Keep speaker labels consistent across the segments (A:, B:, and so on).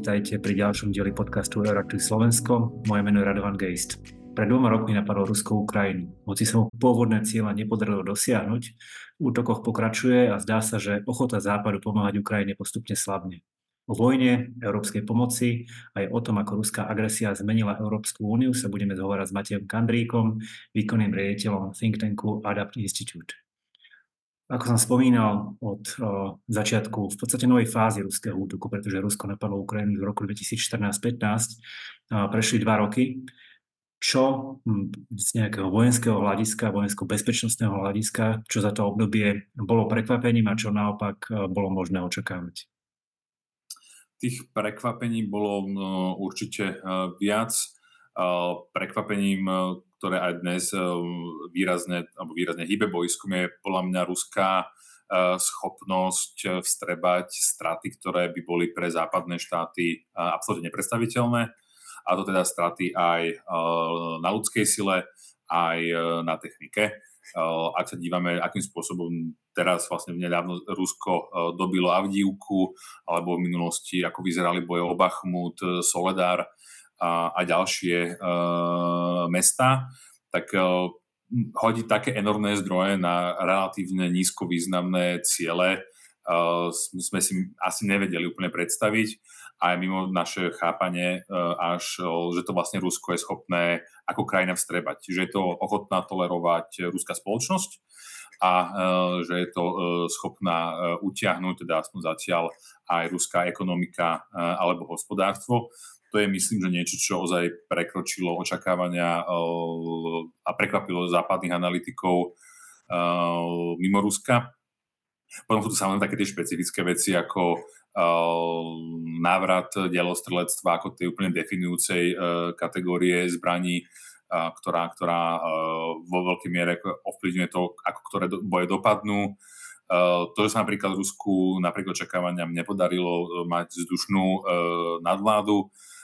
A: Vítajte pri ďalšom dieli podcastu Euraktiv Slovensko. Moje meno je Radovan Geist. Pred 2 rokmi napadlo Rusko Ukrajinu. Hoci sa mu pôvodné cieľa nepodarilo dosiahnuť, v útokoch pokračuje a zdá sa, že ochota Západu pomáhať Ukrajine postupne slabne. O vojne, európskej pomoci aj o tom, ako ruská agresia zmenila Európsku úniu, sa budeme zhovárať s Matejom Kandríkom, výkonným riaditeľom think tanku Adapt Institute. Ako som spomínal, od začiatku v podstate novej fázy ruského útoku, pretože Rusko napadlo Ukrajinu v roku 2014-15, prešli 2 roky, čo z nejakého vojenského hľadiska, vojensko-bezpečnostného hľadiska, čo za to obdobie bolo prekvapením a čo naopak bolo možné očakávať.
B: Tých prekvapení bolo určite viac. Prekvapením, ktoré aj dnes výrazne hýbe bojskom, je podľa mňa ruská schopnosť vstrebať straty, ktoré by boli pre západné štáty absolútne nepredstaviteľné. A to teda straty aj na ľudskej sile, aj na technike. Ak sa dívame, akým spôsobom teraz vlastne nedávno Rusko dobilo Avdívku, alebo v minulosti, ako vyzerali boje o Bachmut, Soledar a ďalšie mesta, tak hodiť také enormné zdroje na relatívne nízko významné ciele sme si asi nevedeli úplne predstaviť. A mimo naše chápanie, až že to vlastne Rusko je schopné ako krajina vstrebať. Že je to ochotná tolerovať ruská spoločnosť a že je to schopná utiahnuť, teda aspoň zatiaľ, aj ruská ekonomika alebo hospodárstvo. To je, myslím, že niečo, čo ozaj prekročilo očakávania a prekvapilo západných analytikov mimo Ruska. Potom sú tu samozrejme také tie špecifické veci ako návrat dielostrelectva ako tej úplne definujúcej kategórie zbraní, ktorá vo veľkej miere ovplyvňuje to, ako ktoré boje dopadnú. To, že sa napríklad Rusku napriek očakávaniam nepodarilo mať vzdušnú nadvládu,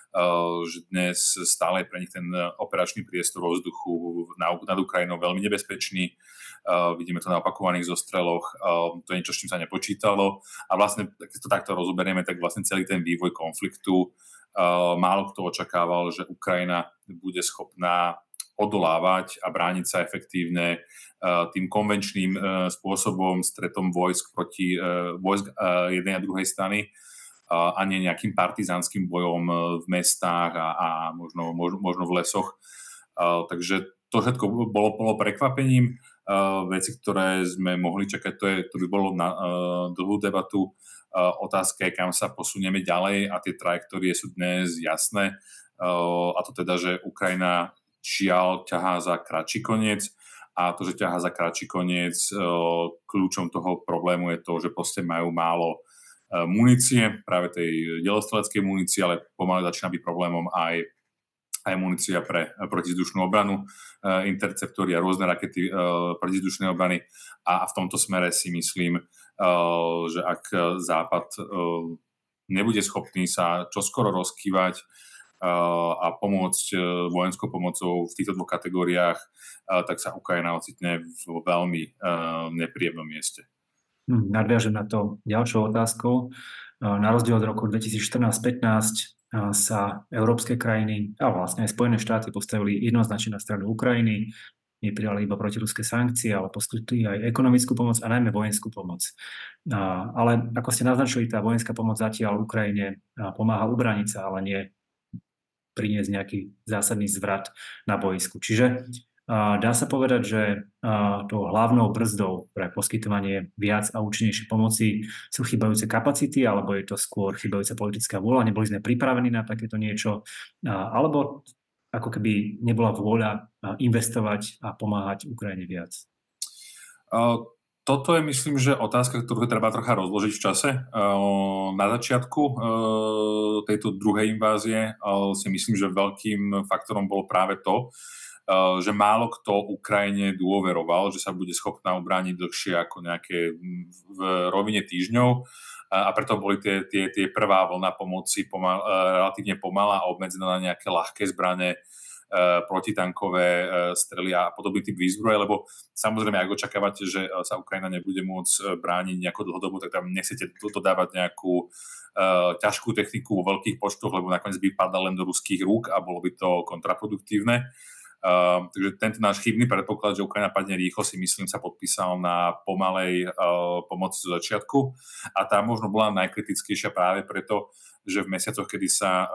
B: že dnes stále je pre nich ten operačný priestor vo vzduchu nad Ukrajinou veľmi nebezpečný. Vidíme to na opakovaných zostreloch, to je niečo, s čím sa nepočítalo. A vlastne, keď to takto rozoberieme, tak vlastne celý ten vývoj konfliktu, málo kto očakával, že Ukrajina bude schopná odolávať a brániť sa efektívne tým konvenčným spôsobom, stretom vojsk proti vojsk jednej a druhej strany, a nie nejakým partizánskym bojom v mestách a možno v lesoch. Takže to všetko bolo prekvapením. Veci, ktoré sme mohli čakať, to by bolo na dlhú debatu. Otázka je, kam sa posunieme ďalej, a tie trajektórie sú dnes jasné. A to teda, že Ukrajina žiaľ ťahá za kratší koniec, a to, že ťahá za kratší koniec, kľúčom toho problému je to, že proste majú málo munície, práve tej delostreleckej munície, ale pomaly začína byť problémom aj munícia pre protizdušnú obranu, interceptory a rôzne rakety protizdušnej obrany. A v tomto smere si myslím, že ak Západ nebude schopný sa čoskoro rozkývať a pomôcť vojenskou pomocou v týchto 2 kategóriách, tak sa Ukrajina ocitne v veľmi nepríjemnom mieste.
A: Nadviažem na to ďalšou otázkou. Na rozdiel od roku 2014-15 sa európske krajiny a vlastne aj Spojené štáty postavili jednoznačne na stranu Ukrajiny, neprijali iba protiruské sankcie, ale poskytli aj ekonomickú pomoc a najmä vojenskú pomoc. Ale ako ste naznačili, tá vojenská pomoc zatiaľ Ukrajine pomáha ubrániť sa, ale nie priniesť nejaký zásadný zvrat na bojsku. Čiže dá sa povedať, že tou hlavnou brzdou pre poskytovanie viac a účinnejšej pomoci sú chýbajúce kapacity, alebo je to skôr chýbajúca politická vôľa, neboli sme pripravení na takéto niečo, alebo ako keby nebola vôľa investovať a pomáhať Ukrajine viac?
B: Toto je, myslím, že otázka, ktorú treba trocha rozložiť v čase. Na začiatku tejto druhej invázie si myslím, že veľkým faktorom bolo práve to, že málo kto Ukrajine dôveroval, že sa bude schopná ubrániť dlhšie ako nejaké v rovine týždňov, a preto boli tie prvá vlna pomoci relatívne pomalá a obmedzená na nejaké ľahké zbrane, protitankové strely a podobný typ výzbroje, lebo samozrejme, ak očakávate, že sa Ukrajina nebude môcť brániť nejako dlhodobo, tak tam nechcete toto dávať nejakú ťažkú techniku vo veľkých počtoch, lebo nakoniec by padla len do ruských rúk a bolo by to kontraproduktívne. Takže tento náš chybný predpoklad, že Ukrajina padne rýchlo, si myslím, sa podpísal na pomalej pomoci zo začiatku a tá možno bola najkritickejšia práve preto, že v mesiacoch, kedy sa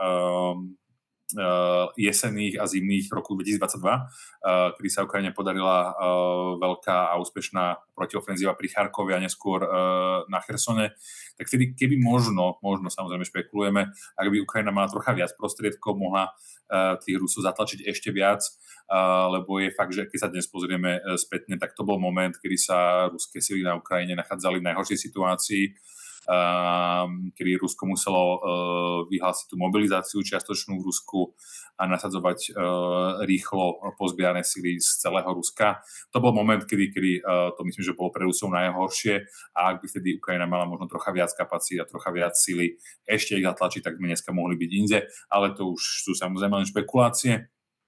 B: jesenných a zimných roku 2022, kedy sa Ukrajine podarila veľká a úspešná protiofenzíva pri Charkove a neskôr na Chersone, tak vtedy, keby možno samozrejme špekulujeme, ak by Ukrajina mala trocha viac prostriedkov, mohla tých Rusov zatlačiť ešte viac, lebo je fakt, že keď sa dnes pozrieme spätne, tak to bol moment, kedy sa ruské sily na Ukrajine nachádzali v najhoršej situácii, kedy Rusko muselo vyhlásiť tú mobilizáciu čiastočnú v Rusku a nasadzovať rýchlo pozbierané sily z celého Ruska. To bol moment, kedy to myslím, že bolo pre Rusov najhoršie a ak by vtedy Ukrajina mala možno trocha viac kapacít a trocha viac sily ešte ich zatlačiť, tak by dneska mohli byť inde, ale to už sú samozrejme len špekulácie.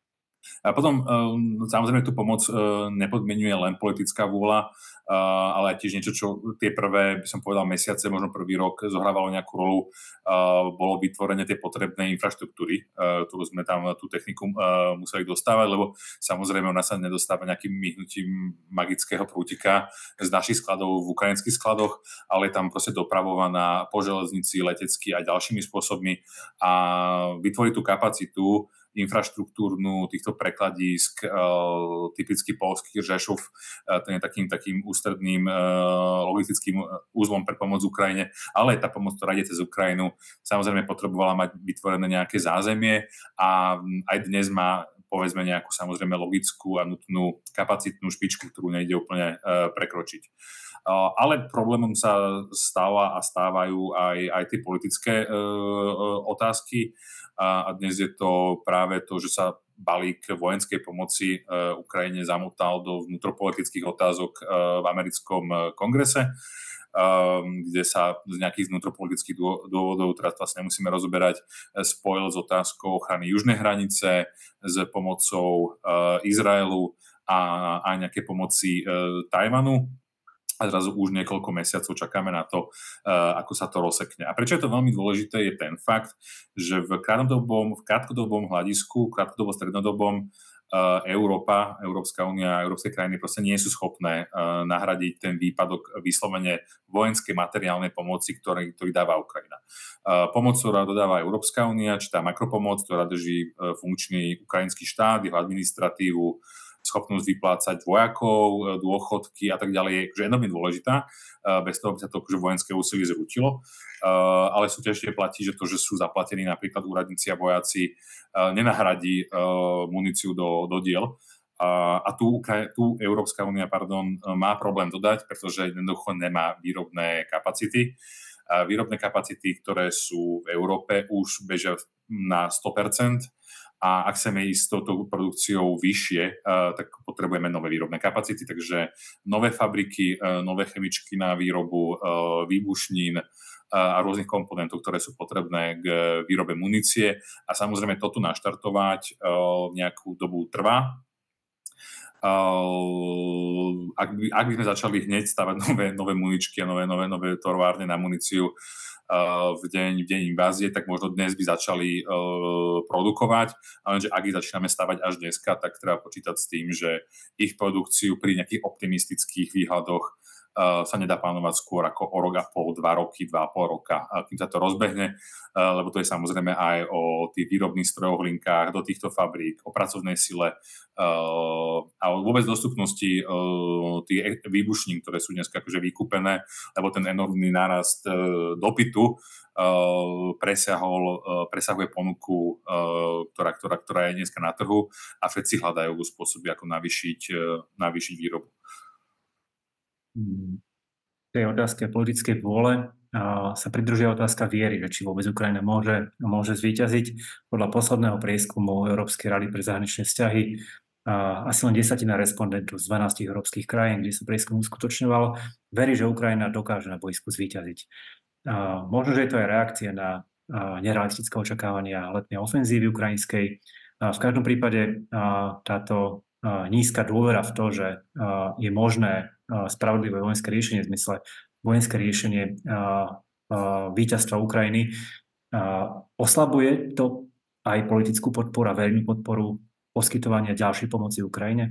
B: A potom samozrejme tú pomoc nepodmienuje len politická vôľa, ale aj tiež niečo, čo tie prvé, by som povedal, mesiace, možno prvý rok zohrávalo nejakú rolu, bolo vytvorenie tej potrebnej infraštruktúry, ktorú sme tam tú techniku museli dostávať, lebo samozrejme ona sa nedostáva nejakým myhnutím magického prútika z našich skladov v ukrajinských skladoch, ale je tam proste dopravovaná po železnici, letecky a ďalšími spôsobmi a vytvoriť tú kapacitu infraštruktúrnu týchto prekladísk, typicky poľský Rzeszów, ten je takým ústredným logistickým úzlom pre pomoc Ukrajine, ale aj tá pomoc, ktorá ide cez Ukrajinu, samozrejme potrebovala mať vytvorené nejaké zázemie a aj dnes má povedzme nejakú samozrejme logickú a nutnú kapacitnú špičku, ktorú nejde úplne prekročiť. Ale problémom sa stávajú aj tie politické otázky a dnes je to práve to, že sa balík vojenskej pomoci Ukrajine zamotal do vnútropolitických otázok v americkom kongrese, kde sa z nejakých vnútropolitických dôvodov, teraz vlastne nemusíme rozoberať, spojil s otázkou ochrany južnej hranice, s pomocou Izraelu a nejaké pomoci Tajvanu. A zrazu už niekoľko mesiacov čakáme na to, ako sa to rozsekne. A prečo je to veľmi dôležité, je ten fakt, že v krátkodobom hľadisku, krátkodobo-strednodobom Európa, Európska únia, európske krajiny proste nie sú schopné nahradiť ten výpadok vyslovene vojenskej materiálnej pomoci, ktorý dáva Ukrajina. Pomoc, ktorá dodáva Európska únia, či tá makropomoc, ktorá drží funkčný ukrajinský štát, jeho administratívu, schopnosť vyplácať vojakov, dôchodky a tak ďalej, je enormne dôležitá, bez toho by sa to vojenské úsilie zrútilo, ale súťažne platí, že to, že sú zaplatení napríklad úradníci a vojaci, nenahradí muníciu do diel. A tu Európska únia má problém dodať, pretože jednoducho nemá výrobné kapacity. Výrobné kapacity, ktoré sú v Európe, už bežia na 100%. A ak chceme ísť s touto produkciou vyššie, tak potrebujeme nové výrobné kapacity, takže nové fabriky, nové chemičky na výrobu výbušnín a rôznych komponentov, ktoré sú potrebné k výrobe munície. A samozrejme toto naštartovať nejakú dobu trvá. Ak by sme začali hneď stavať nové muničky a nové torvárne na muníciu v deň invázie, tak možno dnes by začali produkovať, ale ak ich začíname stavať až dneska, tak treba počítať s tým, že ich produkciu pri nejakých optimistických výhľadoch sa nedá plánovať skôr ako o rok a pol, 2 roky, 2,5 roka, kým sa to rozbehne, lebo to je samozrejme aj o tých výrobných strojoch, linkách do týchto fabrík, o pracovnej sile a o vôbec dostupnosti tých výbušnín, ktoré sú dnes akože vykúpené, lebo ten enormný nárast dopytu presahuje ponuku, ktorá je dneska na trhu a všetci hľadajú spôsoby, ako navýšiť výrobu.
A: V tej otázke politickej vôle sa pridružia otázka viery, že či vôbec Ukrajina môže zvíťaziť. Podľa posledného prieskumu Európskej rady pre zahraničné vzťahy asi len 10% respondentov z 12 európskych krajín, kde sa prieskum uskutočňoval, verí, že Ukrajina dokáže na bojsku zvíťaziť. Možno, že je to aj reakcia na nerealistické očakávania letnej ofenzívy ukrajinskej, V každom prípade táto nízka dôvera v to, že je možné spravodlivé vojenské riešenie v zmysle vojenské riešenie víťazstva Ukrajiny, oslabuje to aj politickú podporu a verejnú podporu poskytovania ďalšej pomoci Ukrajine?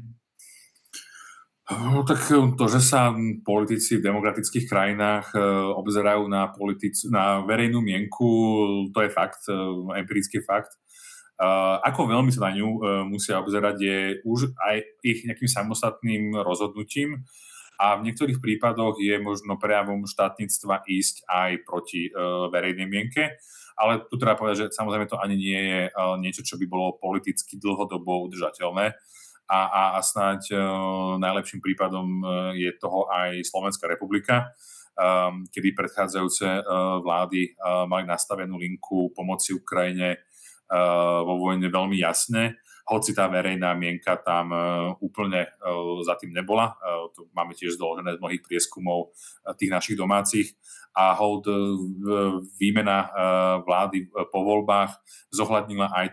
B: Tak to, že sa politici v demokratických krajinách obzerajú na verejnú mienku, to je fakt, empirický fakt. Ako veľmi sa na ňu musia obzerať, je už aj ich nejakým samostatným rozhodnutím a v niektorých prípadoch je možno prejavom štátnictva ísť aj proti verejnej mienke. Ale tu treba povedať, že samozrejme to ani nie je niečo, čo by bolo politicky dlhodobo udržateľné. A snáď najlepším prípadom je toho aj Slovenská republika, kedy predchádzajúce vlády mali nastavenú linku pomoci Ukrajine vo vojne veľmi jasne, hoci tá verejná mienka tam úplne za tým nebola. To máme tiež doložené z mnohých prieskumov tých našich domácich. A hold výmena vlády po voľbách zohľadnila aj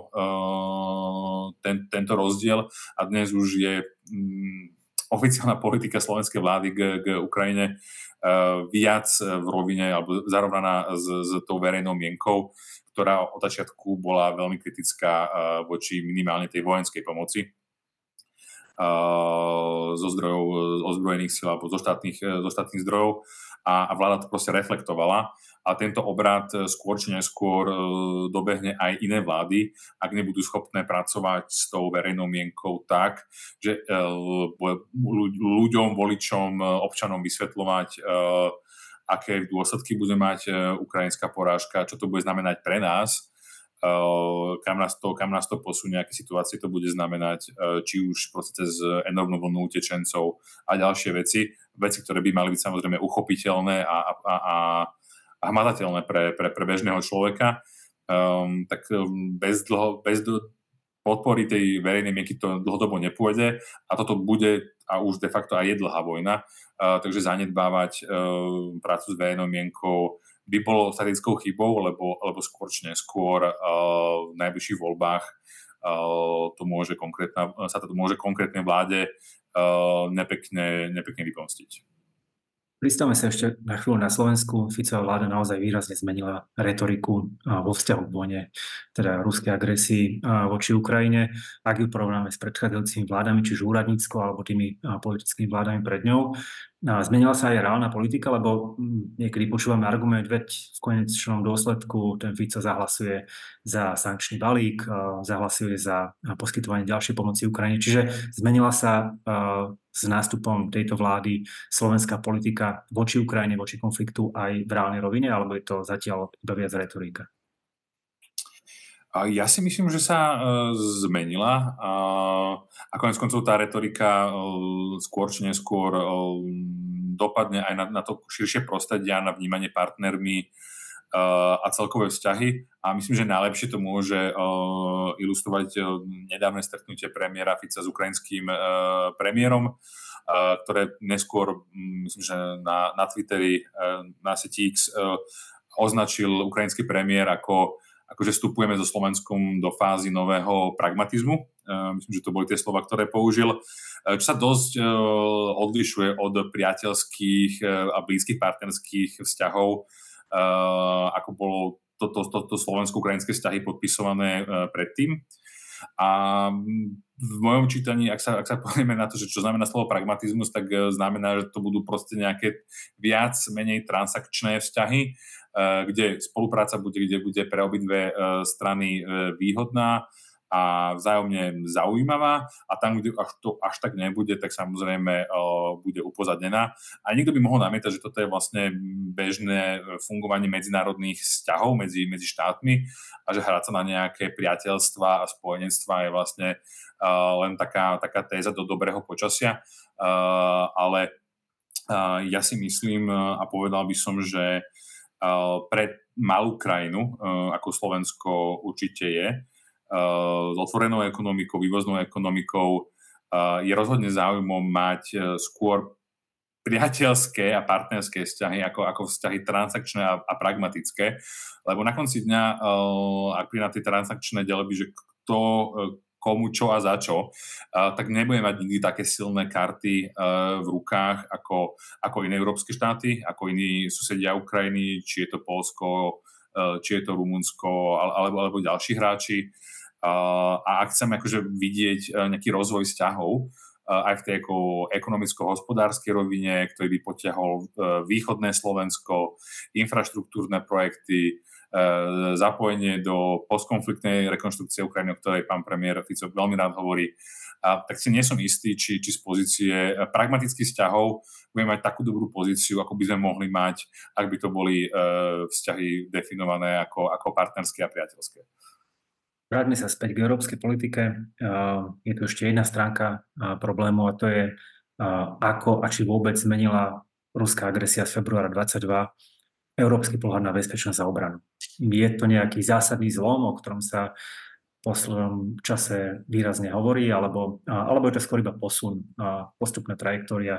B: tento rozdiel a dnes už je oficiálna politika slovenskej vlády k Ukrajine viac v rovine alebo zarovnaná s tou verejnou mienkou, ktorá od začiatku bola veľmi kritická voči minimálne tej vojenskej pomoci zo zdrojov ozbrojených síl alebo zo štátnych zdrojov a vláda to proste reflektovala a tento obrat skôr či neskôr dobehne aj iné vlády, ak nebudú schopné pracovať s tou verejnou mienkou tak, že ľuďom, voličom, občanom vysvetľovať, aké dôsledky bude mať ukrajinská porážka, čo to bude znamenať pre nás, kam nás to posunie, aké situácie to bude znamenať, či už proste cez enormnú vlnu utečencov a ďalšie veci, ktoré by mali byť samozrejme uchopiteľné a hmatateľné pre bežného človeka. Tak bez podpory tej verejnej mienky to dlhodobo nepôjde a toto bude a už de facto aj je dlhá vojna, takže zanedbávať prácu s verejnou mienkou by bolo statickou chybou, lebo skôr či neskôr v najbližších voľbách sa to môže konkrétnej vláde nepekne vypomstiť.
A: Pristavme sa ešte na chvíľu na Slovensku. Ficová vláda naozaj výrazne zmenila retoriku vo vzťahu k vojne, teda ruskej agresii voči Ukrajine. Ak ju porovnáme s predchádzajúcimi vládami, čiže úradníckou alebo tými politickými vládami pred ňou, zmenila sa aj reálna politika, lebo niekedy počúvame argument, veď v konečnom dôsledku ten Fico zahlasuje za sankčný balík, zahlasuje za poskytovanie ďalšej pomoci Ukrajine. Čiže zmenila sa s nástupom tejto vlády slovenská politika voči Ukrajine, voči konfliktu aj v reálnej rovine, alebo je to zatiaľ iba viac retorika?
B: Ja si myslím, že sa zmenila a konec koncov tá retorika skôr či neskôr dopadne aj na to širšie prostredie, na vnímanie partnermi a celkové vzťahy. A myslím, že najlepšie to môže ilustrovať nedávne stretnutie premiéra Fica s ukrajinským premiérom, ktoré neskôr, myslím, že na Twitteri, na sieti X označil ukrajinský premiér akože vstupujeme so Slovenskom do fázy nového pragmatizmu. Myslím, že to boli tie slova, ktoré použil. Čo sa dosť odlišuje od priateľských a blízkych partnerských vzťahov, ako bolo toto slovensko-ukrajinské vzťahy podpisované predtým. A v mojom čítaní, ak sa povieme na to, že čo znamená slovo pragmatizmus, tak znamená, že to budú proste nejaké viac, menej transakčné vzťahy, kde spolupráca kde bude pre obidve strany výhodná a vzájomne zaujímavá a tam, kde to až tak nebude, tak samozrejme bude upozadnená. A niekto by mohol namietať, že toto je vlastne bežné fungovanie medzinárodných vzťahov medzi štátmi a že hrať sa na nejaké priateľstva a spojenectvá je vlastne len taká téza do dobrého počasia. Ale ja si myslím a povedal by som, že pre malú krajinu, ako Slovensko určite je, s otvorenou ekonomikou, vývoznou ekonomikou, je rozhodne záujmom mať skôr priateľské a partnerské vzťahy ako vzťahy transakčné a pragmatické. Lebo na konci dňa, ak pri na tie transakčné deľby, že kto komu čo a za čo, tak nebude mať nikdy také silné karty v rukách ako iné európske štáty, ako iní susedia Ukrajiny, či je to Poľsko, či je to Rumunsko alebo ďalší hráči. A ak chceme akože vidieť nejaký rozvoj vzťahov aj v tej ekonomicko-hospodárskej rovine, ktorý by potiahol východné Slovensko, infraštruktúrne projekty, zapojenie do postkonfliktnej rekonštrukcie Ukrajiny, o ktorej pán premiér Fico veľmi rád hovorí, tak si nie som istý, či z pozície pragmatických vzťahov budeme mať takú dobrú pozíciu, ako by sme mohli mať, ak by to boli vzťahy definované ako partnerské a priateľské.
A: Vráťme sa späť k európskej politike. Je tu ešte jedna stránka problému a to je, ako a či vôbec zmenila ruská agresia z februára 2022 európsky pohľad na bezpečnosť a obranu. Je to nejaký zásadný zlom, o ktorom sa v poslednom čase výrazne hovorí, alebo je to skôr iba posun, postupná trajektória?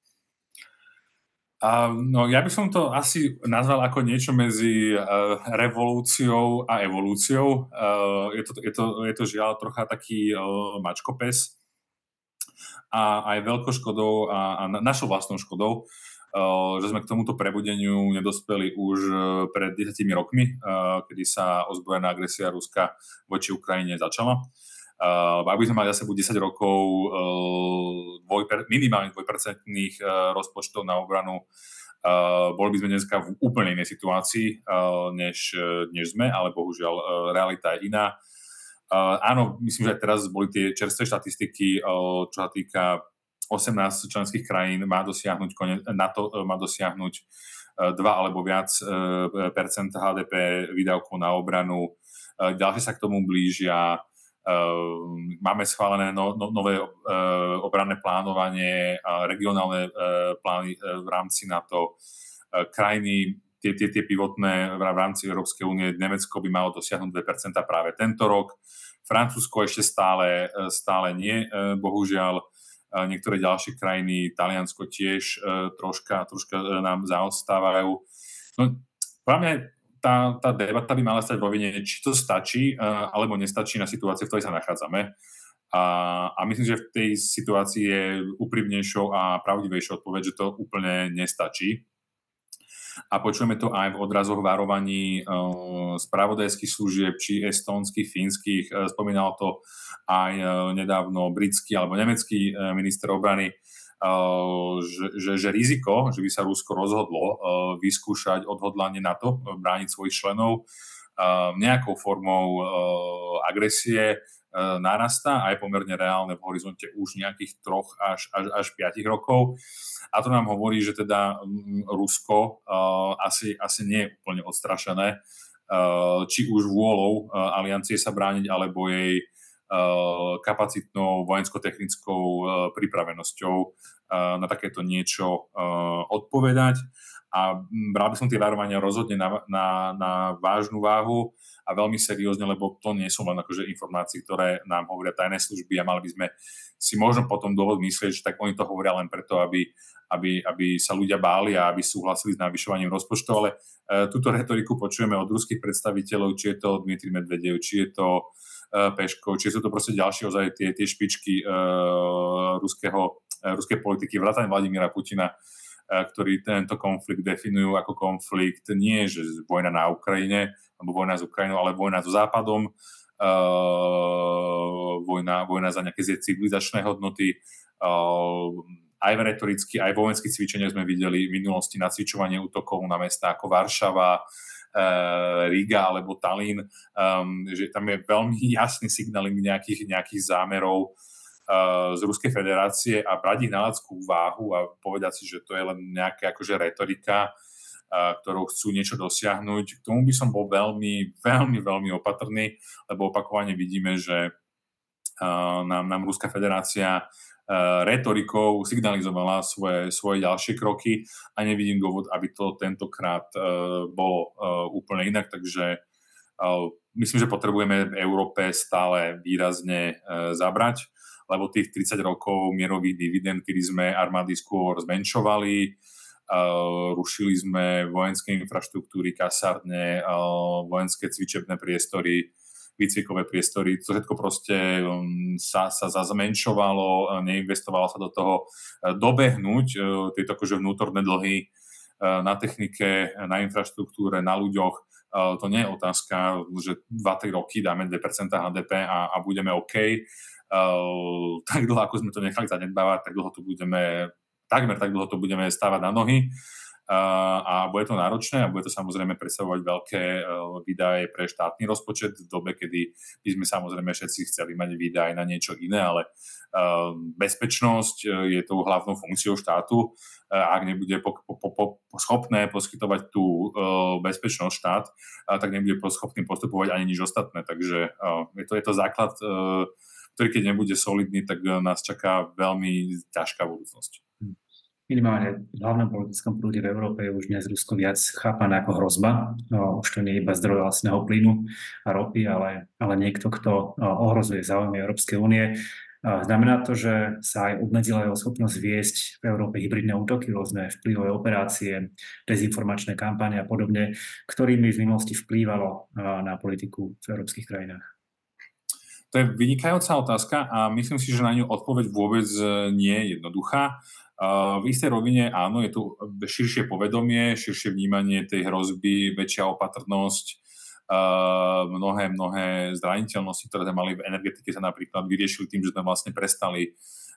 B: No, ja by som to asi nazval ako niečo medzi revolúciou a evolúciou. Je to žiaľ trocha taký mačkopes a aj veľkou škodou a našou vlastnou škodou, že sme k tomuto prebudeniu nedospeli už pred 10 rokmi, kedy sa ozbrojená agresia Ruska voči Ukrajine začala. Ak by sme mali za sebou 10 rokov minimálne 2% rozpočtov na obranu, boli by sme dneska v úplne inej situácii, než sme, ale bohužiaľ realita je iná. Áno, myslím, že aj teraz boli tie čerstvé štatistiky, čo sa týka 18 členských krajín má dosiahnuť NATO má dosiahnuť 2 alebo viac percent HDP výdavkov na obranu. Ďalšie sa k tomu blížia. Máme schválené nové obranné plánovanie, regionálne plány v rámci NATO. Krajiny, tie pivotné v rámci Európskej únie, Nemecko by malo dosiahnuť 2% práve tento rok. Francúzsko ešte stále nie, bohužiaľ. Niektoré ďalšie krajiny, Taliansko tiež troška nám zaostávajú. No, pre mňa tá debata by mala stať v rovine, či to stačí, alebo nestačí na situáciu, v ktorej sa nachádzame. A myslím, že v tej situácii je úprimnejšou a pravdivejšou odpoveď, že to úplne nestačí. A počujeme to aj v odrazoch varovaní spravodajských služieb, či estónskych, fínskych. Spomínal to aj nedávno britský alebo nemecký minister obrany, že riziko, že by sa Rusko rozhodlo vyskúšať odhodlanie NATO, brániť svojich členov nejakou formou agresie, narastá a je pomerne reálne v horizonte už nejakých 3 až 5 rokov. A to nám hovorí, že teda Rusko asi nie je úplne odstrašené, či už vôľou aliancie sa brániť, alebo jej kapacitnou vojensko-technickou pripravenosťou na takéto niečo odpovedať. A bral by som tie varovania rozhodne na vážnu váhu a veľmi seriózne, lebo to nie sú len akože informácie, ktoré nám hovoria tajné služby a mali by sme si možno potom dôvod myslieť, že tak oni to hovoria len preto, aby sa ľudia báli a aby súhlasili s navyšovaním rozpočtu, ale túto retoriku počujeme od ruských predstaviteľov, či je to Dmitrij Medvedev, či je to Peškov, či sú to proste ďalšie ozaj tie špičky ruskej politiky, vrátane Vladimíra Putina, ktorí tento konflikt definujú ako konflikt nie že vojna na Ukrajine, alebo vojna s Ukrajinou, ale vojna so Západom, vojna za nejaké civilizačné hodnoty. Aj retoricky, aj vojenské cvičenia sme videli v minulosti na cvičovanie útokov na mestá ako Varšava, Riga alebo Tallinn, že tam je veľmi jasný signaling nejakých zámerov z Ruskej federácie a brať ich na ľadskú váhu a povedať si, že to je len nejaká akože retorika, ktorou chcú niečo dosiahnuť. K tomu by som bol veľmi, veľmi, veľmi opatrný, lebo opakovane vidíme, že nám Ruská federácia retorikou signalizovala svoje ďalšie kroky a nevidím dôvod, aby to tentokrát bolo úplne inak, takže myslím, že potrebujeme v Európe stále výrazne zabrať, lebo tých 30 rokov mierových dividend, kedy sme armády skôr zmenšovali, rušili sme vojenské infraštruktúry, kasárne, vojenské cvičebné priestory, výcvikové priestory. To všetko proste sa zazmenšovalo, neinvestovalo sa do toho dobehnúť tieto akože vnútorné dlhy na technike, na infraštruktúre, na ľuďoch. To nie je otázka, že 2-3 roky dáme 2% HDP a budeme OK. Tak dlho, ako sme to nechali zanedbávať, takmer tak dlho to budeme stávať na nohy. A bude to náročné a bude to samozrejme predstavovať veľké výdaje pre štátny rozpočet v dobe, kedy by sme samozrejme všetci chceli mať výdaje na niečo iné, ale bezpečnosť je tou hlavnou funkciou štátu. Ak nebude schopné poskytovať tú bezpečnosť štát, tak nebude schopný postupovať ani nič ostatné. Takže je to základ, ktorý keď nebude solidný, tak nás čaká veľmi ťažká budúcnosť.
A: Minimálne v hlavnom politickom prúde v Európe je už dnes Rusko viac chápané ako hrozba. Už to nie je iba zdroj vlastného plynu a ropy, ale niekto, kto ohrozuje záujmy Európskej únie. Znamená to, že sa aj obmedzila jeho schopnosť viesť v Európe hybridné útoky, rôzne vplyvové operácie, dezinformačné kampane a podobne, ktorými v minulosti vplývalo na politiku v európskych krajinách.
B: To je vynikajúca otázka a myslím si, že na ňu odpoveď vôbec nie je jednoduchá. V istej rovine áno, je tu širšie povedomie, širšie vnímanie tej hrozby, väčšia opatrnosť, mnohé zraniteľnosti, ktoré sme mali v energetike, sa napríklad vyriešili tým, že sme vlastne prestali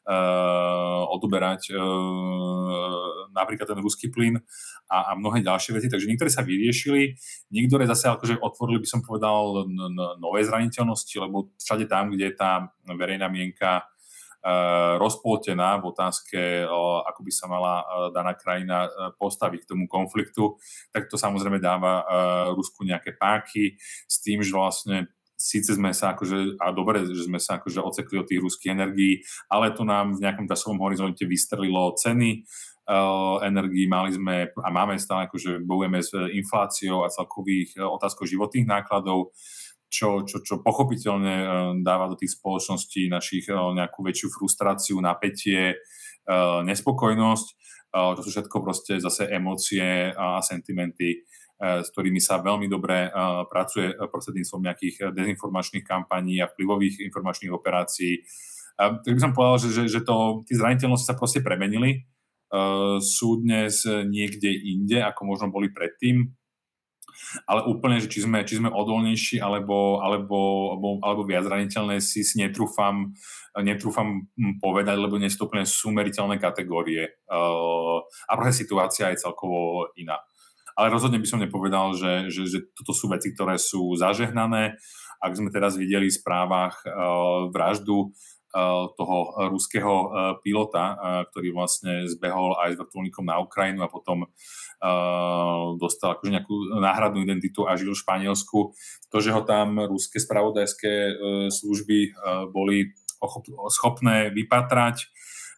B: odoberať napríklad ten ruský plyn a mnohé ďalšie veci, takže niektoré sa vyriešili, niektoré zase akože otvorili, by som povedal, nové zraniteľnosti, lebo všade tam, kde je tá verejná mienka rozpoltená v otázke, ako by sa mala daná krajina postaviť k tomu konfliktu, tak to samozrejme dáva Rusku nejaké páky s tým, že vlastne síce sme sa akože, a dobre, že sme sa akože odsekli od tých ruských energií, ale to nám v nejakom časovom horizonte vystrelilo ceny energií, mali sme a máme stále akože bojujeme s infláciou a celkových otázkou životných nákladov, čo pochopiteľne dáva do tých spoločností našich nejakú väčšiu frustráciu, napätie, nespokojnosť. To sú všetko proste zase emócie a sentimenty, s ktorými sa veľmi dobre pracuje prostredníctvom nejakých dezinformačných kampaní a vplyvových informačných operácií. Tak by som povedal, že tí zraniteľnosti sa proste premenili. Sú dnes niekde inde, ako možno boli predtým. Ale úplne, že či sme odolnejší alebo viac zraniteľné si netrúfam povedať, lebo nie sú to úplne sumeriteľné kategórie. A proste situácia je celkovo iná. Ale rozhodne by som nepovedal, že toto sú veci, ktoré sú zažehnané. Ak sme teraz videli v správach vraždu toho ruského pilota, ktorý vlastne zbehol aj s vrtuľníkom na Ukrajinu a potom dostal akože nejakú náhradnú identitu a žil v Španielsku. To, že ho tam ruské spravodajské služby boli schopné vypatrať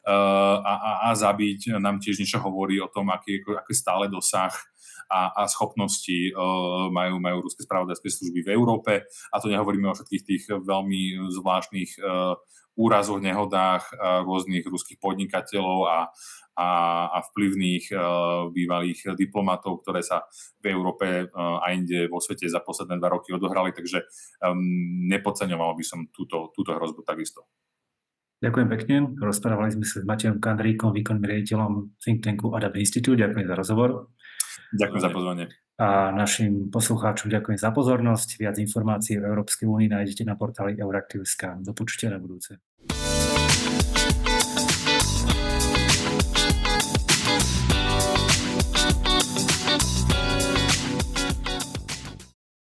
B: a zabiť, nám tiež niečo hovorí o tom, aký stále dosah a schopnosti majú ruské spravodajské služby v Európe. A to nehovoríme o všetkých tých veľmi zvláštnych úrazoch, nehodách rôznych ruských podnikateľov a vplyvných bývalých diplomatov, ktoré sa v Európe a inde vo svete za posledné 2 roky odohrali. Takže nepodceňoval by som túto hrozbu takisto.
A: Ďakujem pekne. Rozprávali sme sa s Matejom Kandríkom, výkonným riaditeľom think tanku Adapt Institute. Ďakujem za rozhovor.
B: Ďakujem za pozvanie.
A: A našim poslucháčom ďakujem za pozornosť. Viac informácií o Európskej únii nájdete na portáli Euraktiv.sk. Do počutia na budúce.